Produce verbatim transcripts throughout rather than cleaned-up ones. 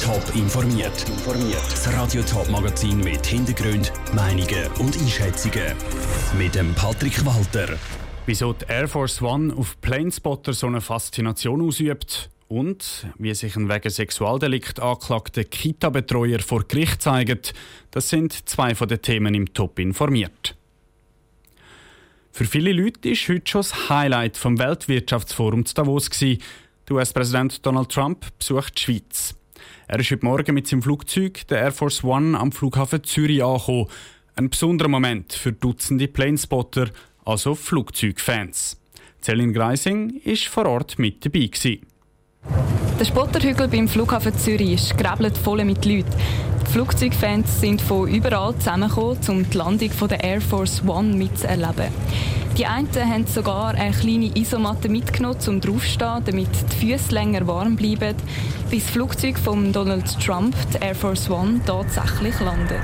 Top informiert. Das Radio Top Magazin mit Hintergrund, Meinungen und Einschätzungen mit dem Patrick Walter. Wieso die Air Force One auf Planespotter so eine Faszination ausübt und wie sich ein wegen Sexualdelikt angeklagter Kita-Betreuer vor Gericht zeigt, das sind zwei von den Themen im Top informiert. Für viele Leute war heute schon das Highlight vom Weltwirtschaftsforum zu Davos. Der U S-Präsident Donald Trump besucht die Schweiz. Er ist heute Morgen mit seinem Flugzeug, der Air Force One, am Flughafen Zürich angekommen. Ein besonderer Moment für Dutzende Planespotter, also Flugzeugfans. Céline Greising war vor Ort mit dabei gewesen. Der Spotterhügel beim Flughafen Zürich ist gerebelt voll mit Leuten. Die Flugzeugfans sind von überall zusammengekommen, um die Landung der Air Force One mitzuerleben. Die einen haben sogar eine kleine Isomatte mitgenommen, um draufzustehen, damit die Füße länger warm bleiben, bis das Flugzeug von Donald Trump, die Air Force One, tatsächlich landet.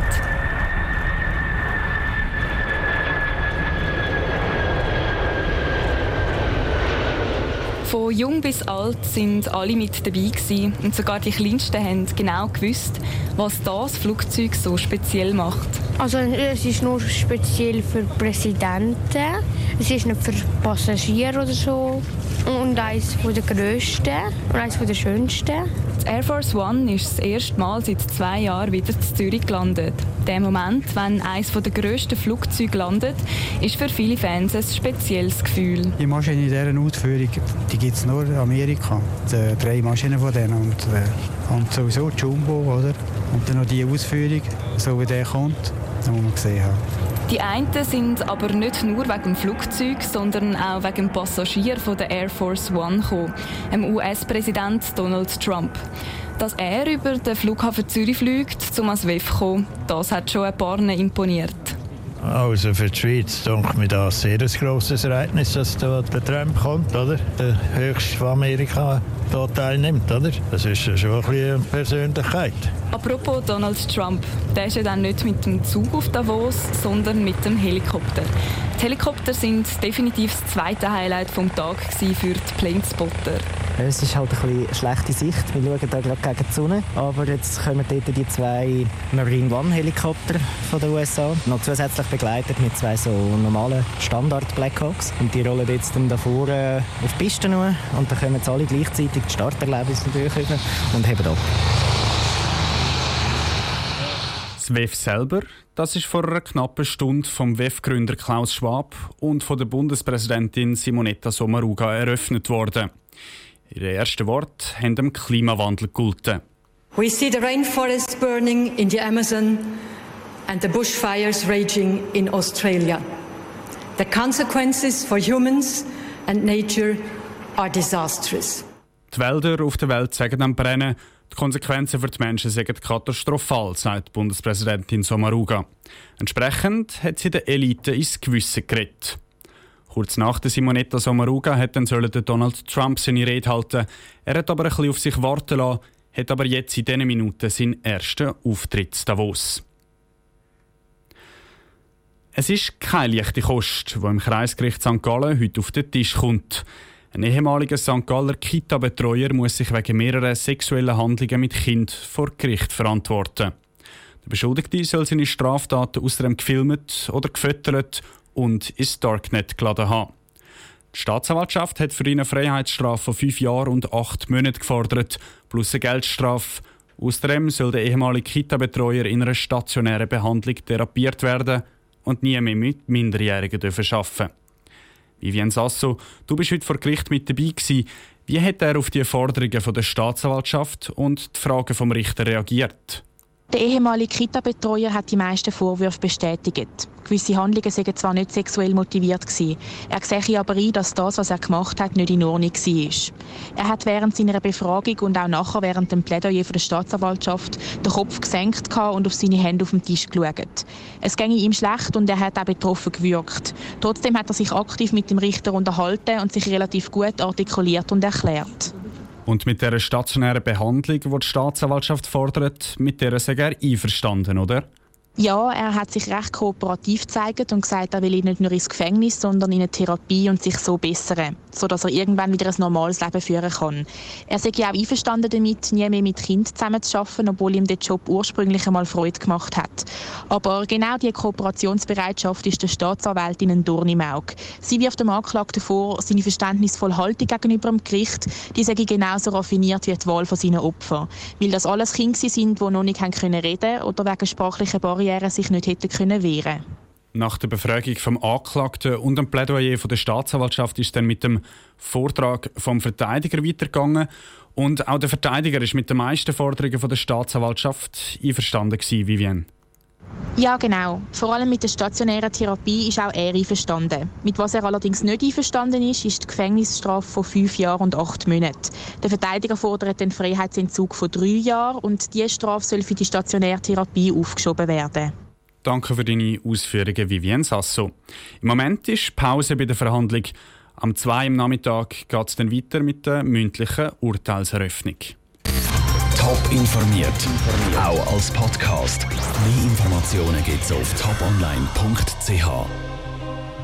Von jung bis alt sind alle mit dabei gewesen, und sogar die Kleinsten haben genau gewusst, was das Flugzeug so speziell macht. Also es ist nur speziell für Präsidenten, es ist nicht für Passagiere oder so. Und eines der grössten und eines der schönsten. Die Air Force One ist das erste Mal seit zwei Jahren wieder in Zürich gelandet. Der Moment, wenn eines der grössten Flugzeuge landet, ist für viele Fans ein spezielles Gefühl. Die Maschine in dieser Ausführung die gibt es nur in Amerika. Die drei Maschinen von denen. Und, äh, und sowieso die Jumbo, oder? Und dann noch die Ausführung, so wie der kommt, das muss man gesehen haben. Die einen sind aber nicht nur wegen dem Flugzeug, sondern auch wegen dem Passagier von der Air Force One gekommen, dem U S-Präsident Donald Trump. Dass er über den Flughafen Zürich fliegt, um ans W E F zu kommen, das hat schon ein paar imponiert. Also für die Schweiz denke ich mir das ein sehr grosses Ereignis, dass da der Trump kommt, oder? Der höchste von Amerika da teilnimmt, oder? Das ist schon ein bisschen eine Persönlichkeit. Apropos Donald Trump, der ist ja dann nicht mit dem Zug auf Davos, sondern mit dem Helikopter. Die Helikopter sind definitiv das zweite Highlight des Tages für die Planespotter. Es ist halt ein bisschen schlechte Sicht. Wir schauen da gerade gegen die Sonne. Aber jetzt kommen dort die zwei Marine One Helikopter von den U S A. Noch zusätzlich begleitet mit zwei so normalen Standard Blackhawks. Und die rollen jetzt dann da vorne auf die Piste nur. Und dann kommen sie alle gleichzeitig die Starterlebnisse natürlich über und heben ab. Das W E F selber, das ist vor einer knappen Stunde vom W E F-Gründer Klaus Schwab und von der Bundespräsidentin Simonetta Sommaruga eröffnet worden. Ihre ersten Worte haben dem Klimawandel gegolten. We see the rainforest burning in the Amazon and the bushfires raging in Australia. The consequences for humans and nature are disastrous. Die Wälder auf der Welt sagen am Brennen. Die Konsequenzen für die Menschen sind katastrophal, sagt Bundespräsidentin Sommaruga. Entsprechend hat sie der Elite ins Gewissen geredet. Kurz nach der Simonetta Sommaruga hat dann sollen Donald Trump seine Rede halten. Er hat aber ein bisschen auf sich warten lassen, hat aber jetzt in diesen Minuten seinen ersten Auftritt in Davos. Es ist keine leichte Kost, die im Kreisgericht Sankt Gallen heute auf den Tisch kommt. Ein ehemaliger Sankt Galler Kita-Betreuer muss sich wegen mehrerer sexueller Handlungen mit Kind vor Gericht verantworten. Der Beschuldigte soll seine Straftaten außerdem gefilmt oder gefüttert und ins Darknet geladen haben. Die Staatsanwaltschaft hat für ihn eine Freiheitsstrafe von fünf Jahren und acht Monaten gefordert, plus eine Geldstrafe. Außerdem soll der ehemalige Kita-Betreuer in einer stationären Behandlung therapiert werden und nie mehr mit Minderjährigen arbeiten dürfen. Vivian Sasso, du bist heute vor Gericht mit dabei gewesen. Wie hat er auf die Forderungen von der Staatsanwaltschaft und die Fragen vom Richter reagiert? Der ehemalige Kita-Betreuer hat die meisten Vorwürfe bestätigt. Gewisse Handlungen seien zwar nicht sexuell motiviert gewesen. Er sehe aber ein, dass das, was er gemacht hat, nicht in Ordnung war. Er hat während seiner Befragung und auch nachher während dem Plädoyer von der Staatsanwaltschaft den Kopf gesenkt und auf seine Hände auf dem Tisch geschaut. Es ginge ihm schlecht und er hat auch betroffen gewirkt. Trotzdem hat er sich aktiv mit dem Richter unterhalten und sich relativ gut artikuliert und erklärt. Und mit dieser stationären Behandlung, die die Staatsanwaltschaft fordert, mit der sei er einverstanden, oder? Ja, er hat sich recht kooperativ gezeigt und gesagt, er will nicht nur ins Gefängnis, sondern in eine Therapie und sich so bessern, sodass er irgendwann wieder ein normales Leben führen kann. Er sei auch einverstanden damit, nie mehr mit Kindern zusammenzuarbeiten, obwohl ihm der Job ursprünglich einmal Freude gemacht hat. Aber genau diese Kooperationsbereitschaft ist der Staatsanwältin ein Dorn im Auge. Sie wirft dem Angeklagten vor, seine verständnisvolle Haltung gegenüber dem Gericht, die sei genauso raffiniert wie die Wahl von seinen Opfern. Weil das alles Kinder sind, die noch nicht reden können oder wegen sprachlicher Barrieren sich nicht hätten können wehren. Nach der Befragung vom Angeklagten und dem Plädoyer von der Staatsanwaltschaft ist dann mit dem Vortrag vom Verteidiger weitergegangen. Und auch der Verteidiger ist mit den meisten Forderungen von der Staatsanwaltschaft einverstanden gewesen, Vivienne. Ja, genau. Vor allem mit der stationären Therapie ist auch er einverstanden. Mit was er allerdings nicht einverstanden ist, ist die Gefängnisstrafe von fünf Jahren und acht Monaten. Der Verteidiger fordert den Freiheitsentzug von drei Jahren und diese Strafe soll für die stationäre Therapie aufgeschoben werden. Danke für deine Ausführungen, Vivienne Sasso. Im Moment ist Pause bei der Verhandlung. Am zwei Uhr am Nachmittag geht es dann weiter mit der mündlichen Urteilseröffnung. Top informiert, auch als Podcast. Mehr Informationen gibt es auf top online punkt c h.